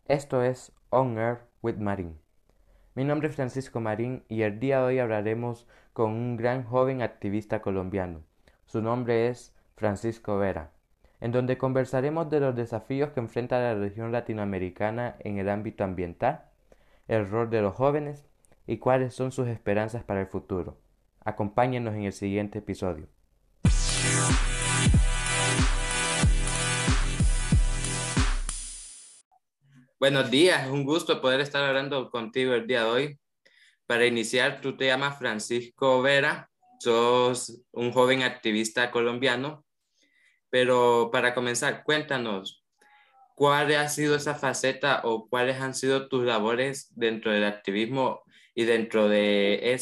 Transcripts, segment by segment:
Esto es On Earth with Marín. Mi nombre es Francisco Marín y el día de hoy hablaremos con un gran joven activista colombiano. Su nombre es Francisco Vera, en donde conversaremos de los desafíos que enfrenta la región latinoamericana en el ámbito ambiental, el rol de los jóvenes y cuáles son sus esperanzas para el futuro. Acompáñenos en el siguiente episodio. Buenos días, es un gusto poder estar hablando contigo el día de hoy. Para iniciar, tú te llamas Francisco Vera, sos un joven activista colombiano, pero para comenzar, cuéntanos, ¿cuál ha sido esa faceta o cuáles han sido tus labores dentro del activismo y dentro de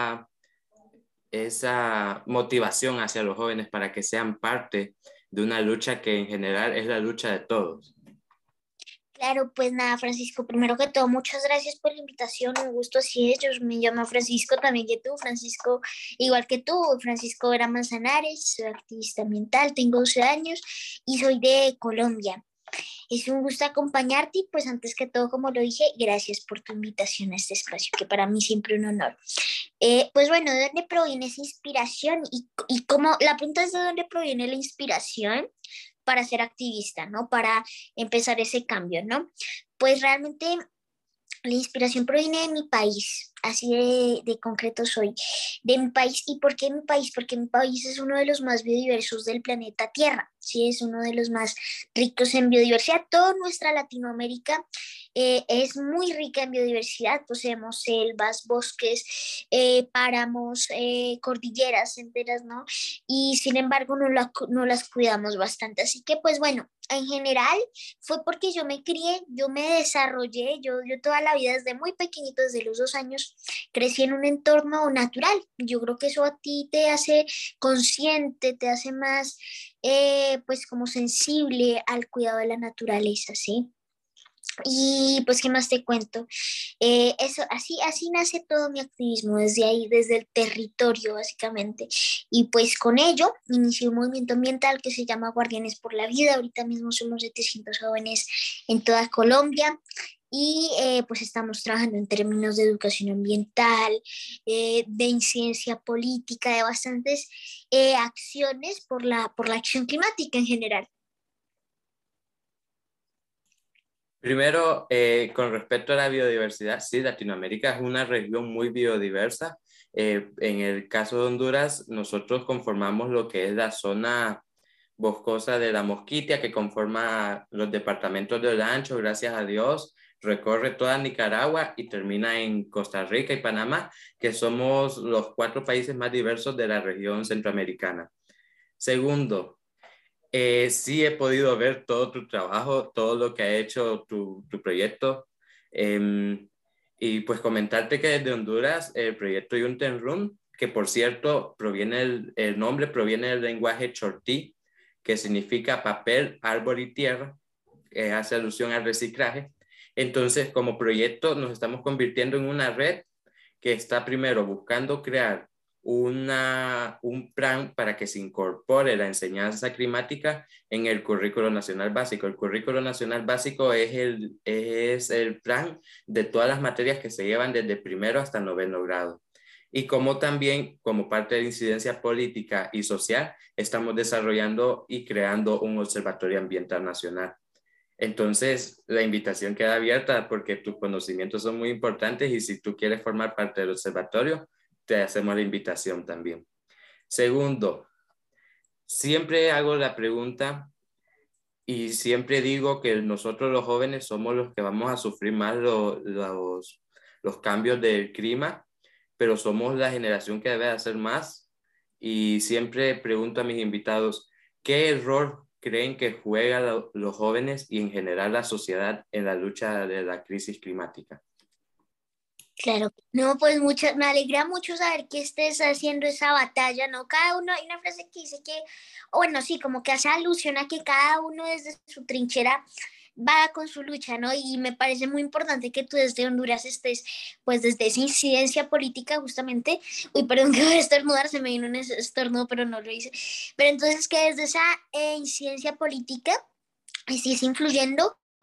esa motivación hacia los jóvenes para que sean parte de una lucha que en general es la lucha de todos? Claro, pues nada, Francisco, primero que todo, muchas gracias por la invitación, un gusto así es, yo me llamo Francisco también que tú, Francisco, igual que tú, Francisco Vera Manzanares, soy activista ambiental, tengo 12 años y soy de Colombia. Es un gusto acompañarte y pues antes que todo, como lo dije, gracias por tu invitación a este espacio, que para mí siempre un honor. Pues bueno, ¿de dónde proviene esa inspiración? Y cómo, la pregunta es de dónde proviene la inspiración para ser activista, ¿no? Para empezar ese cambio, ¿no? Pues realmente la inspiración proviene de mi país, así de concreto soy, de mi país. ¿Y por qué mi país? Porque mi país es uno de los más biodiversos del planeta Tierra, sí, es uno de los más ricos en biodiversidad. Toda nuestra Latinoamérica es muy rica en biodiversidad, poseemos selvas, bosques, páramos, cordilleras enteras, ¿no? Y sin embargo no las cuidamos bastante. Así que pues bueno, en general fue porque yo me crié, yo me desarrollé, yo toda la vida desde muy pequeñito, desde los 2 años, crecí en un entorno natural. Yo creo que eso a ti te hace consciente, te hace más, pues como sensible al cuidado de la naturaleza, ¿sí? Y pues, ¿qué más te cuento? Eso, así nace todo mi activismo, desde ahí, desde el territorio, básicamente. Y pues con ello inicié un movimiento ambiental que se llama Guardianes por la Vida. Ahorita mismo somos 700 jóvenes en toda Colombia. Y pues estamos trabajando en términos de educación ambiental, de incidencia política, de bastantes acciones por la acción climática en general. Primero, con respecto a la biodiversidad, sí, Latinoamérica es una región muy biodiversa. En el caso de Honduras, nosotros conformamos lo que es la zona boscosa de la Mosquitia, que conforma los departamentos de Olancho, gracias a Dios, recorre toda Nicaragua y termina en Costa Rica y Panamá, que somos los 4 países más diversos de la región centroamericana. Segundo, sí he podido ver todo tu trabajo, todo lo que ha hecho tu proyecto. Em, y pues comentarte que desde Honduras el proyecto Yuntenrum, que por cierto el nombre proviene del lenguaje chortí, que significa papel, árbol y tierra, hace alusión al reciclaje. Entonces, como proyecto nos estamos convirtiendo en una red que está primero buscando crear un plan para que se incorpore la enseñanza climática en el currículo nacional básico. El currículo nacional básico es el plan de todas las materias que se llevan desde primero hasta noveno grado. Y como también, como parte de la incidencia política y social, estamos desarrollando y creando un observatorio ambiental nacional. Entonces, la invitación queda abierta porque tus conocimientos son muy importantes y si tú quieres formar parte del observatorio, te hacemos la invitación también. Segundo, siempre hago la pregunta y siempre digo que nosotros los jóvenes somos los que vamos a sufrir más los cambios del clima, pero somos la generación que debe hacer más. Y siempre pregunto a mis invitados, ¿qué rol creen que juegan los jóvenes y en general la sociedad en la lucha de la crisis climática? Claro, no, pues mucho, me alegra mucho saber que estés haciendo esa batalla, ¿no? Cada uno, hay una frase que dice que, o bueno, sí, como que hace alusión a que cada uno desde su trinchera va con su lucha, ¿no? Y me parece muy importante que tú desde Honduras estés, pues desde esa incidencia política justamente, uy, perdón que voy a estornudar, se me vino un estornudo, pero no lo hice, pero entonces que desde esa incidencia política estés influyendo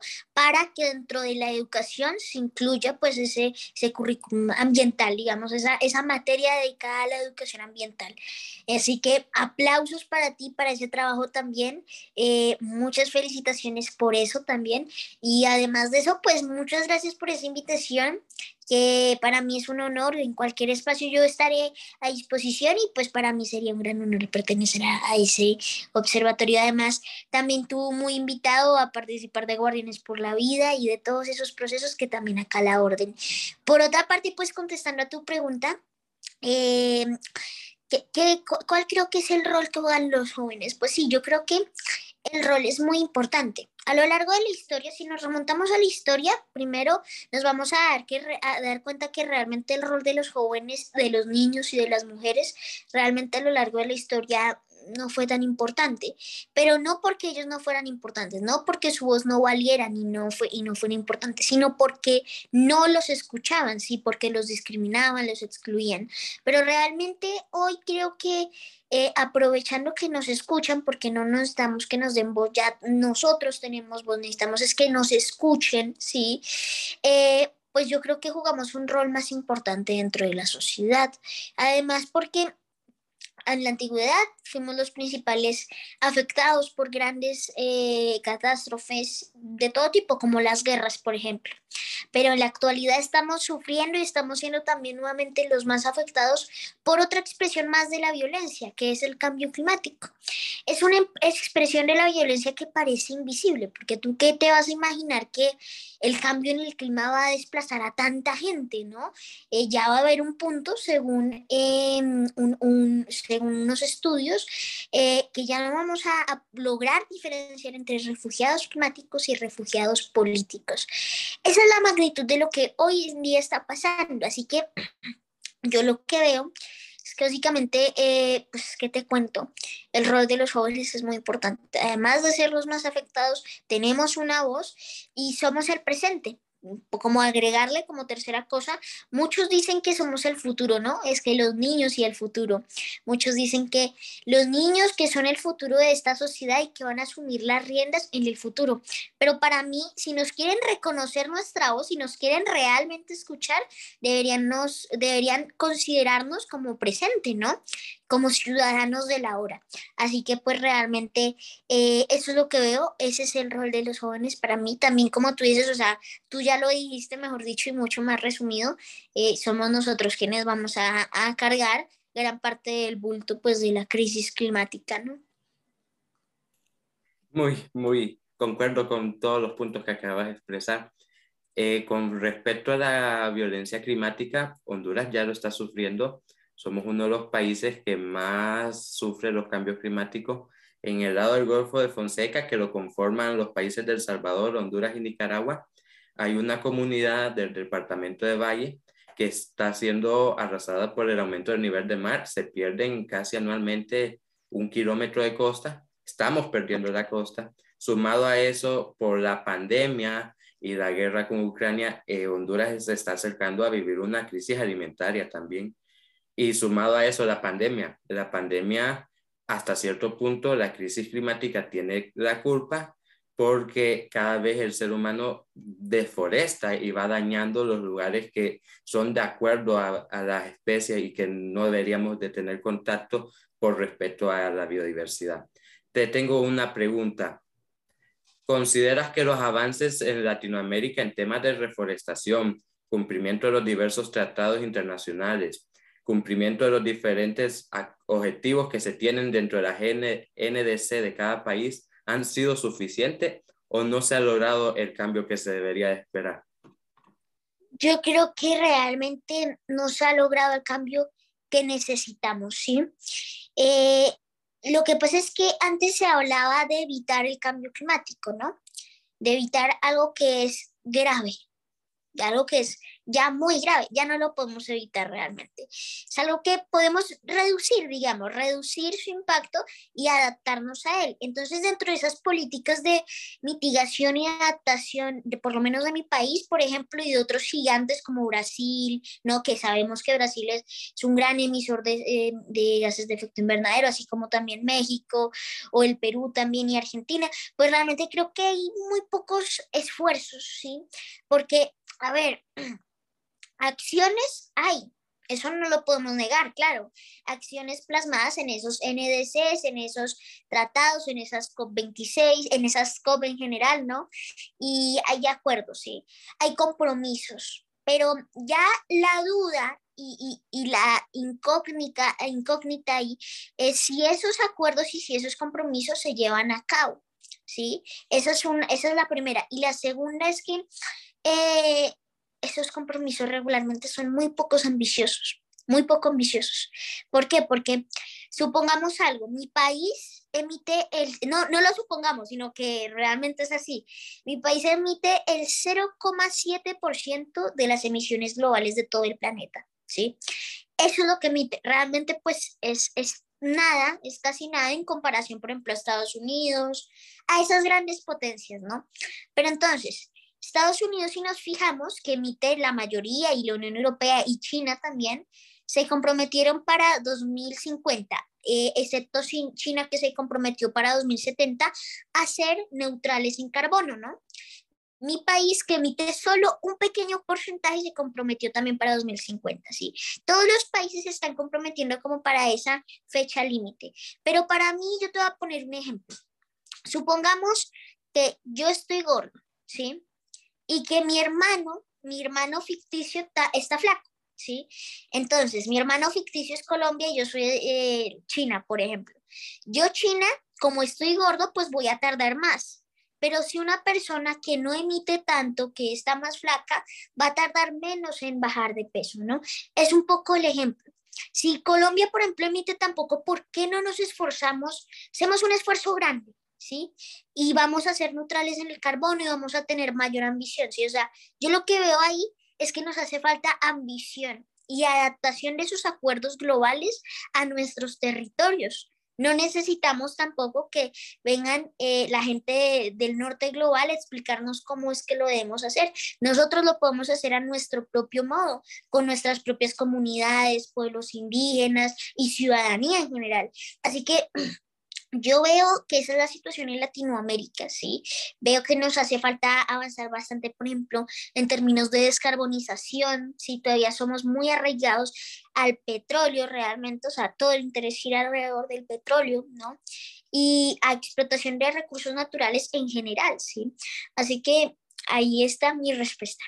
para que dentro de la educación se incluya pues ese currículum ambiental, digamos, esa materia dedicada a la educación ambiental. Así que aplausos para ti, para ese trabajo también, muchas felicitaciones por eso también, y además de eso, pues muchas gracias por esa invitación, que para mí es un honor. En cualquier espacio yo estaré a disposición y pues para mí sería un gran honor pertenecer a ese observatorio. Además, también tú muy invitado a participar de Guardianes por la Vida y de todos esos procesos que también acá la orden. Por otra parte, pues contestando a tu pregunta, eh, ¿cuál creo que es el rol que juegan los jóvenes? Pues sí, yo creo que el rol es muy importante. A lo largo de la historia, si nos remontamos a la historia, primero nos vamos a dar cuenta que realmente el rol de los jóvenes, de los niños y de las mujeres, realmente a lo largo de la historia no fue tan importante, pero no porque ellos no fueran importantes, no porque su voz no valiera y no fuera importante, sino porque no los escuchaban, sí, porque los discriminaban, los excluían. Pero realmente hoy creo que aprovechando que nos escuchan, porque no necesitamos que nos den voz, ya nosotros tenemos voz, necesitamos es que nos escuchen, ¿sí? Pues yo creo que jugamos un rol más importante dentro de la sociedad. Además, porque en la antigüedad fuimos los principales afectados por grandes catástrofes de todo tipo, como las guerras, por ejemplo. Pero en la actualidad estamos sufriendo y estamos siendo también nuevamente los más afectados por otra expresión más de la violencia, que es el cambio climático. Es una expresión de la violencia que parece invisible, porque tú qué te vas a imaginar que el cambio en el clima va a desplazar a tanta gente, ¿no? Ya va a haber un punto, según unos estudios, que ya no vamos a lograr diferenciar entre refugiados climáticos y refugiados políticos. Esa es la magnitud de lo que hoy en día está pasando. Así que yo lo que veo es que básicamente, pues, ¿qué te cuento? El rol de los jóvenes es muy importante. Además de ser los más afectados, tenemos una voz y somos el presente. Como agregarle como tercera cosa, muchos dicen que somos el futuro, ¿no? Es que los niños y el futuro. Muchos dicen que los niños que son el futuro de esta sociedad y que van a asumir las riendas en el futuro. Pero para mí, si nos quieren reconocer nuestra voz, si nos quieren realmente escuchar, deberían considerarnos como presente, ¿no? Como ciudadanos de la hora. Así que pues realmente eso es lo que veo, ese es el rol de los jóvenes para mí. También como tú dices, o sea, tú ya lo dijiste, mejor dicho, y mucho más resumido, somos nosotros quienes vamos a cargar gran parte del bulto pues de la crisis climática, ¿no? Muy, concuerdo con todos los puntos que acabas de expresar. Con respecto a la violencia climática, Honduras ya lo está sufriendo. Somos uno de los países que más sufre los cambios climáticos. En el lado del Golfo de Fonseca, que lo conforman los países de El Salvador, Honduras y Nicaragua, hay una comunidad del departamento de Valle que está siendo arrasada por el aumento del nivel del mar. Se pierden casi anualmente 1 kilómetro de costa. Estamos perdiendo la costa. Sumado a eso, por la pandemia y la guerra con Ucrania, Honduras se está acercando a vivir una crisis alimentaria también. Y sumado a eso, la pandemia, hasta cierto punto, la crisis climática tiene la culpa porque cada vez el ser humano deforesta y va dañando los lugares que son de acuerdo a las especies y que no deberíamos de tener contacto por respeto a la biodiversidad. Te tengo una pregunta. ¿Consideras que los avances en Latinoamérica en temas de reforestación, cumplimiento de los diversos tratados internacionales, cumplimiento de los diferentes objetivos que se tienen dentro de la NDC de cada país han sido suficientes o no se ha logrado el cambio que se debería esperar? Yo creo que realmente no se ha logrado el cambio que necesitamos, ¿sí? Eh, lo que pasa es que antes se hablaba de evitar el cambio climático, ¿no? De evitar algo que es grave, algo ya muy grave, ya no lo podemos evitar realmente. Es algo que podemos reducir, digamos, reducir su impacto y adaptarnos a él. Entonces, dentro de esas políticas de mitigación y adaptación, de por lo menos de mi país, por ejemplo, y de otros gigantes como Brasil, ¿no? Que sabemos que Brasil es un gran emisor de gases de efecto invernadero, así como también México o el Perú también y Argentina, pues realmente creo que hay muy pocos esfuerzos, ¿sí? Porque, a ver, acciones hay, eso no lo podemos negar, claro. Acciones plasmadas en esos NDCs, en esos tratados, en esas COP26, en esas COP en general, ¿no? Y hay acuerdos, sí. Hay compromisos, pero ya la duda y la incógnita ahí es si esos acuerdos y si esos compromisos se llevan a cabo, ¿sí? Esa es la primera. Y la segunda es que eh, esos compromisos regularmente son muy pocos ambiciosos, muy poco ambiciosos. ¿Por qué? Porque supongamos algo, mi país emite no lo supongamos, sino que realmente es así. Mi país emite el 0,7% de las emisiones globales de todo el planeta, ¿sí? Eso es lo que emite. Realmente pues es nada, es casi nada en comparación, por ejemplo, a Estados Unidos, a esas grandes potencias, ¿no? Pero entonces, Estados Unidos, si nos fijamos, que emite la mayoría, y la Unión Europea y China también, se comprometieron para 2050, excepto China, que se comprometió para 2070 a ser neutrales en carbono, ¿no? Mi país, que emite solo un pequeño porcentaje, se comprometió también para 2050, ¿sí? Todos los países se están comprometiendo como para esa fecha límite. Pero para mí, yo te voy a poner un ejemplo. Supongamos que yo estoy gordo, ¿sí? Y que mi hermano ficticio está flaco, ¿sí? Entonces, mi hermano ficticio es Colombia y yo soy China, por ejemplo. Yo, China, como estoy gordo, pues voy a tardar más. Pero si una persona que no emite tanto, que está más flaca, va a tardar menos en bajar de peso, ¿no? Es un poco el ejemplo. Si Colombia, por ejemplo, emite tan poco, ¿por qué no nos esforzamos? Hacemos un esfuerzo grande, ¿sí? Y vamos a ser neutrales en el carbono y vamos a tener mayor ambición, ¿sí? O sea, yo lo que veo ahí es que nos hace falta ambición y adaptación de esos acuerdos globales a nuestros territorios. No necesitamos tampoco que vengan la gente del norte global a explicarnos cómo es que lo debemos hacer. Nosotros lo podemos hacer a nuestro propio modo, con nuestras propias comunidades, pueblos indígenas y ciudadanía en general. Así que yo veo que esa es la situación en Latinoamérica, ¿sí? Veo que nos hace falta avanzar bastante, por ejemplo, en términos de descarbonización, ¿sí? Todavía somos muy arraigados al petróleo realmente, o sea, todo el interés gira alrededor del petróleo, ¿no? Y a explotación de recursos naturales en general, ¿sí? Así que ahí está mi respuesta.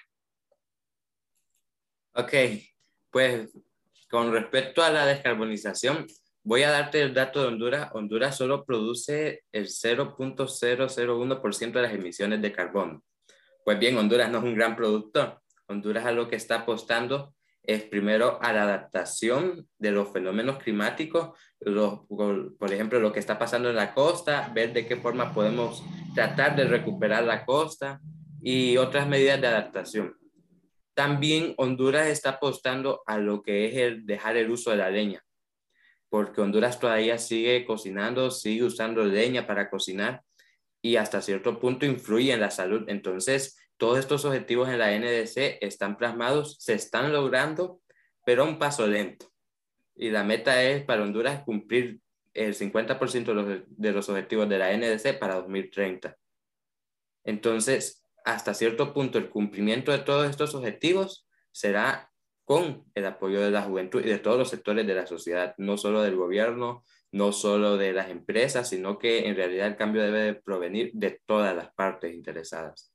Ok, pues con respecto a la descarbonización, voy a darte el dato de Honduras. Honduras solo produce el 0,001% de las emisiones de carbono. Pues bien, Honduras no es un gran productor. Honduras a lo que está apostando es primero a la adaptación de los fenómenos climáticos, por ejemplo, lo que está pasando en la costa, ver de qué forma podemos tratar de recuperar la costa y otras medidas de adaptación. También Honduras está apostando a lo que es el dejar el uso de la leña, porque Honduras todavía sigue cocinando, sigue usando leña para cocinar y hasta cierto punto influye en la salud. Entonces, todos estos objetivos en la NDC están plasmados, se están logrando, pero a un paso lento. Y la meta es para Honduras cumplir el 50% de los objetivos de la NDC para 2030. Entonces, hasta cierto punto, el cumplimiento de todos estos objetivos será con el apoyo de la juventud y de todos los sectores de la sociedad, no solo del gobierno, no solo de las empresas, sino que en realidad el cambio debe de provenir de todas las partes interesadas.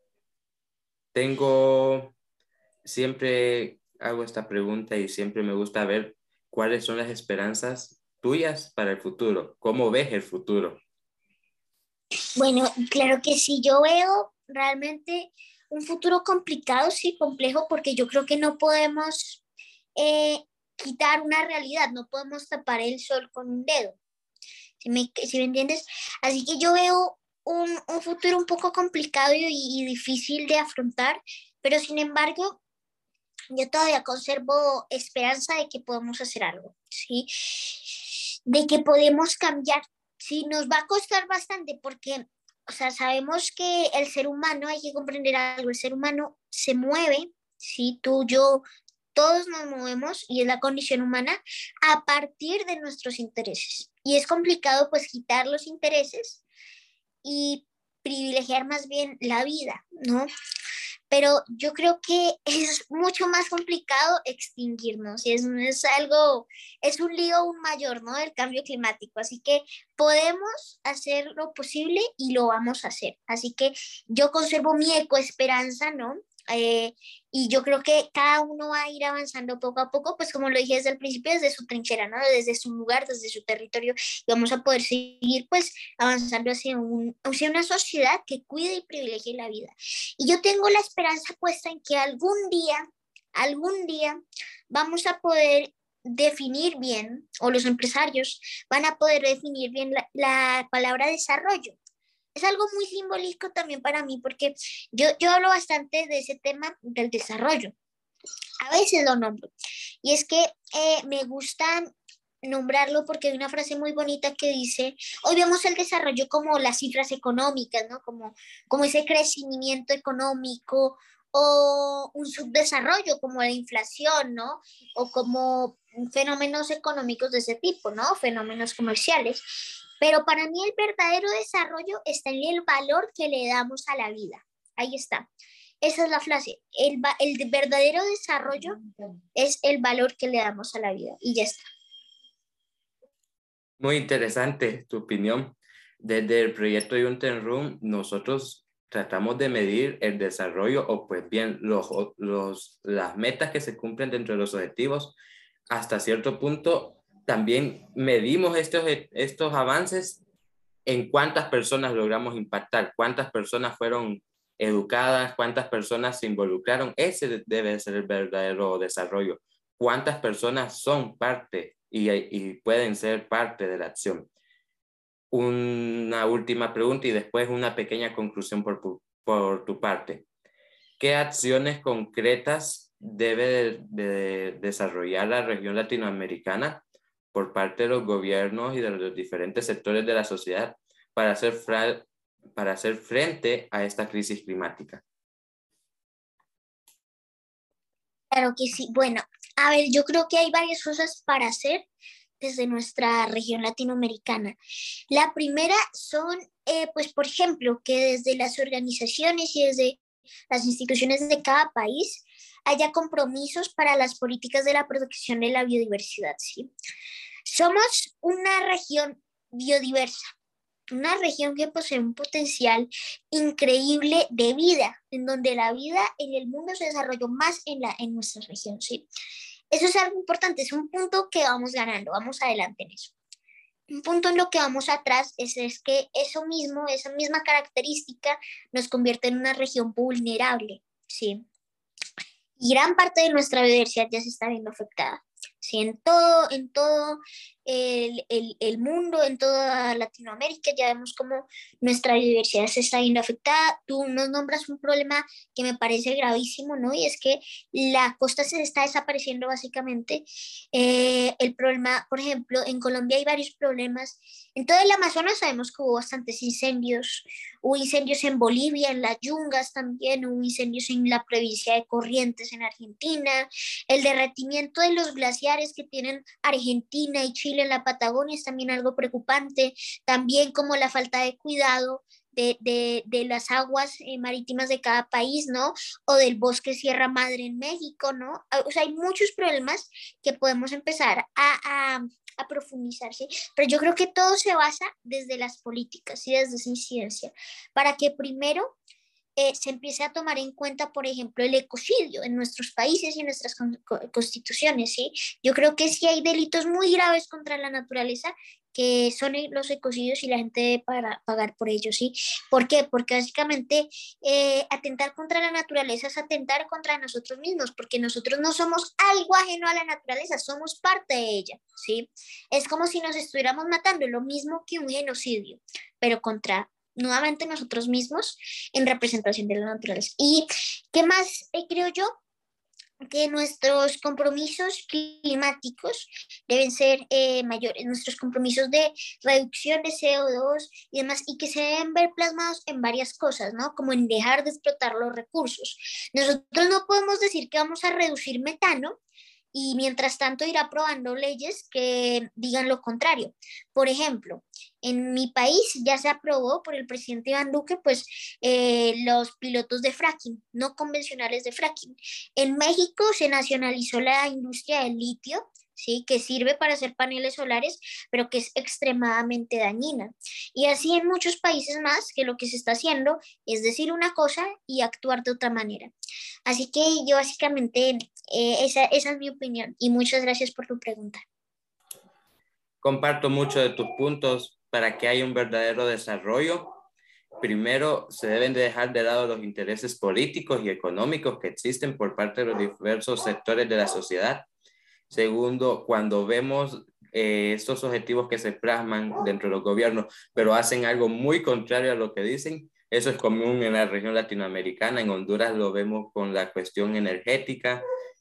Siempre hago esta pregunta y siempre me gusta ver cuáles son las esperanzas tuyas para el futuro, cómo ves el futuro. Bueno, claro que sí, yo veo realmente un futuro complicado, sí, complejo, porque yo creo que no podemos quitar una realidad, no podemos tapar el sol con un dedo, si me entiendes? Así que yo veo un futuro un poco complicado y difícil de afrontar, pero sin embargo, yo todavía conservo esperanza de que podemos hacer algo, ¿sí? De que podemos cambiar, ¿sí? Nos va a costar bastante porque, o sea, sabemos que el ser humano, hay que comprender algo, el ser humano se mueve, ¿sí? Tú, yo, todos nos movemos y es la condición humana a partir de nuestros intereses. Y es complicado pues quitar los intereses y privilegiar más bien la vida, ¿no? Pero yo creo que es mucho más complicado extinguirnos y es algo, es un lío aún mayor, ¿no? El cambio climático. Así que podemos hacer lo posible y lo vamos a hacer. Así que yo conservo mi ecoesperanza, ¿no? Y yo creo que cada uno va a ir avanzando poco a poco, pues como lo dije desde el principio, desde su trinchera, ¿no? Desde su lugar, desde su territorio, y vamos a poder seguir, pues, avanzando hacia una sociedad que cuide y privilegie la vida. Y yo tengo la esperanza puesta en que algún día vamos a poder definir bien, o los empresarios van a poder definir bien la palabra desarrollo. Es algo muy simbólico también para mí porque yo hablo bastante de ese tema del desarrollo. A veces lo nombro. Y es que me gusta nombrarlo porque hay una frase muy bonita que dice, hoy vemos el desarrollo como las cifras económicas, ¿no? Como ese crecimiento económico o un subdesarrollo como la inflación, ¿no? O como fenómenos económicos de ese tipo, ¿no? Fenómenos comerciales. Pero para mí el verdadero desarrollo está en el valor que le damos a la vida. Ahí está. Esa es la frase. El verdadero desarrollo es el valor que le damos a la vida. Y ya está. Muy interesante tu opinión. Desde el proyecto Room, nosotros tratamos de medir el desarrollo o pues bien las metas que se cumplen dentro de los objetivos. Hasta cierto punto también medimos estos avances en cuántas personas logramos impactar, cuántas personas fueron educadas, cuántas personas se involucraron. Ese debe ser el verdadero desarrollo. Cuántas personas son parte y pueden ser parte de la acción. Una última pregunta y después una pequeña conclusión por tu parte. ¿Qué acciones concretas debe de desarrollar la región latinoamericana por parte de los gobiernos y de los diferentes sectores de la sociedad para hacer frente a esta crisis climática? Claro que sí. Bueno, a ver, yo creo que hay varias cosas para hacer desde nuestra región latinoamericana. La primera son, pues, por ejemplo, que desde las organizaciones y desde las instituciones de cada país haya compromisos para las políticas de la protección de la biodiversidad, ¿sí? Somos una región biodiversa, una región que posee un potencial increíble de vida, en donde la vida en el mundo se desarrolló más en nuestra región, ¿sí? Eso es algo importante, es un punto que vamos ganando, vamos adelante en eso. Un punto en lo que vamos atrás es que eso mismo, esa misma característica nos convierte en una región vulnerable, ¿sí? Y gran parte de nuestra biodiversidad ya se está viendo afectada. Sí, en todo el mundo, en toda Latinoamérica, ya vemos cómo nuestra biodiversidad se está viendo afectada. Tú nos nombras un problema que me parece gravísimo, ¿no? Y es que la costa se está desapareciendo básicamente. El problema, por ejemplo, en Colombia hay varios problemas. En todo el Amazonas sabemos que hubo bastantes incendios. Hubo incendios en Bolivia, en las Yungas también, hubo incendios en la provincia de Corrientes, en Argentina. El derretimiento de los glaciares que tienen Argentina y Chile en la Patagonia es también algo preocupante, también como la falta de cuidado de las aguas marítimas de cada país, ¿no? O del bosque Sierra Madre en México, ¿no? O sea, hay muchos problemas que podemos empezar a profundizar, ¿sí? Pero yo creo que todo se basa desde las políticas y desde esa incidencia, para que primero se empiece a tomar en cuenta, por ejemplo, el ecocidio en nuestros países y en nuestras constituciones, ¿sí? Yo creo que sí hay delitos muy graves contra la naturaleza que son los ecocidios y la gente debe pagar por ellos, ¿sí? ¿Por qué? Porque básicamente atentar contra la naturaleza es atentar contra nosotros mismos, porque nosotros no somos algo ajeno a la naturaleza, somos parte de ella, ¿sí? Es como si nos estuviéramos matando, lo mismo que un genocidio, pero contra nuevamente nosotros mismos en representación de la naturaleza. ¿Y qué más creo yo? que nuestros compromisos climáticos deben ser mayores, nuestros compromisos de reducción de CO2 y demás, y que se deben ver plasmados en varias cosas, ¿no? Como en dejar de explotar los recursos. Nosotros no podemos decir que vamos a reducir metano y mientras tanto ir aprobando leyes que digan lo contrario. Por ejemplo, en mi país ya se aprobó por el presidente Iván Duque, pues los pilotos de fracking, no convencionales de fracking. En México se nacionalizó la industria del litio, ¿sí? Que sirve para hacer paneles solares, pero que es extremadamente dañina. Y así en muchos países más, que lo que se está haciendo es decir una cosa y actuar de otra manera. Así que yo básicamente, esa es mi opinión y muchas gracias por tu pregunta. Comparto mucho de tus puntos. Para que haya un verdadero desarrollo, primero se deben de dejar de lado los intereses políticos y económicos que existen por parte de los diversos sectores de la sociedad. Segundo, cuando vemos estos objetivos que se plasman dentro de los gobiernos, pero hacen algo muy contrario a lo que dicen, eso es común en la región latinoamericana. En Honduras lo vemos con la cuestión energética,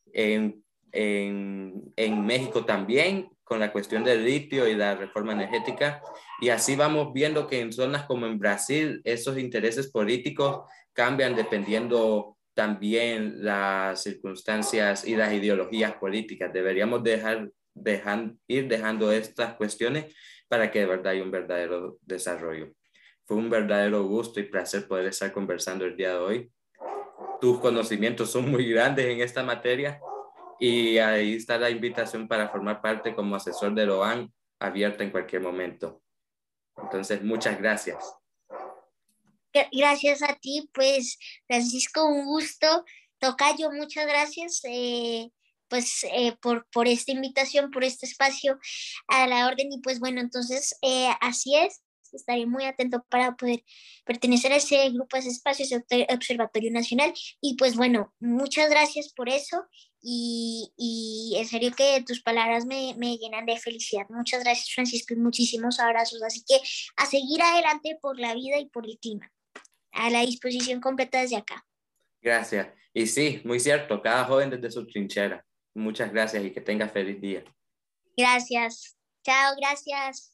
en México también, con la cuestión del litio y la reforma energética. Y así vamos viendo que en zonas como en Brasil, esos intereses políticos cambian dependiendo también las circunstancias y las ideologías políticas. Deberíamos ir dejando estas cuestiones para que de verdad haya un verdadero desarrollo. Fue un verdadero gusto y placer poder estar conversando el día de hoy. Tus conocimientos son muy grandes en esta materia y ahí está la invitación para formar parte como asesor de OAN, abierta en cualquier momento. Entonces, muchas gracias. Gracias a ti, pues Francisco, un gusto. Tocayo, muchas gracias por esta invitación, por este espacio a la orden. Y pues bueno, entonces así es. Estaré muy atento para poder pertenecer a ese grupo, a ese espacio, ese observatorio nacional. Y pues bueno, muchas gracias por eso. Y en serio que tus palabras me llenan de felicidad. Muchas gracias, Francisco, y muchísimos abrazos. Así que a seguir adelante por la vida y por el clima. A la disposición completa desde acá. Gracias. Y sí, muy cierto, cada joven desde su trinchera. Muchas gracias y que tenga feliz día. Gracias. Chao, gracias.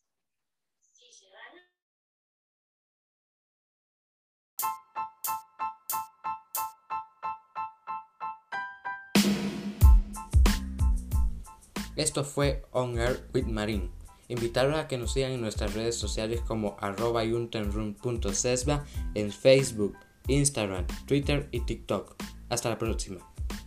Esto fue On Air with Marín. Invitarlos a que nos sigan en nuestras redes sociales como @yuntenrun.cesba en Facebook, Instagram, Twitter y TikTok. Hasta la próxima.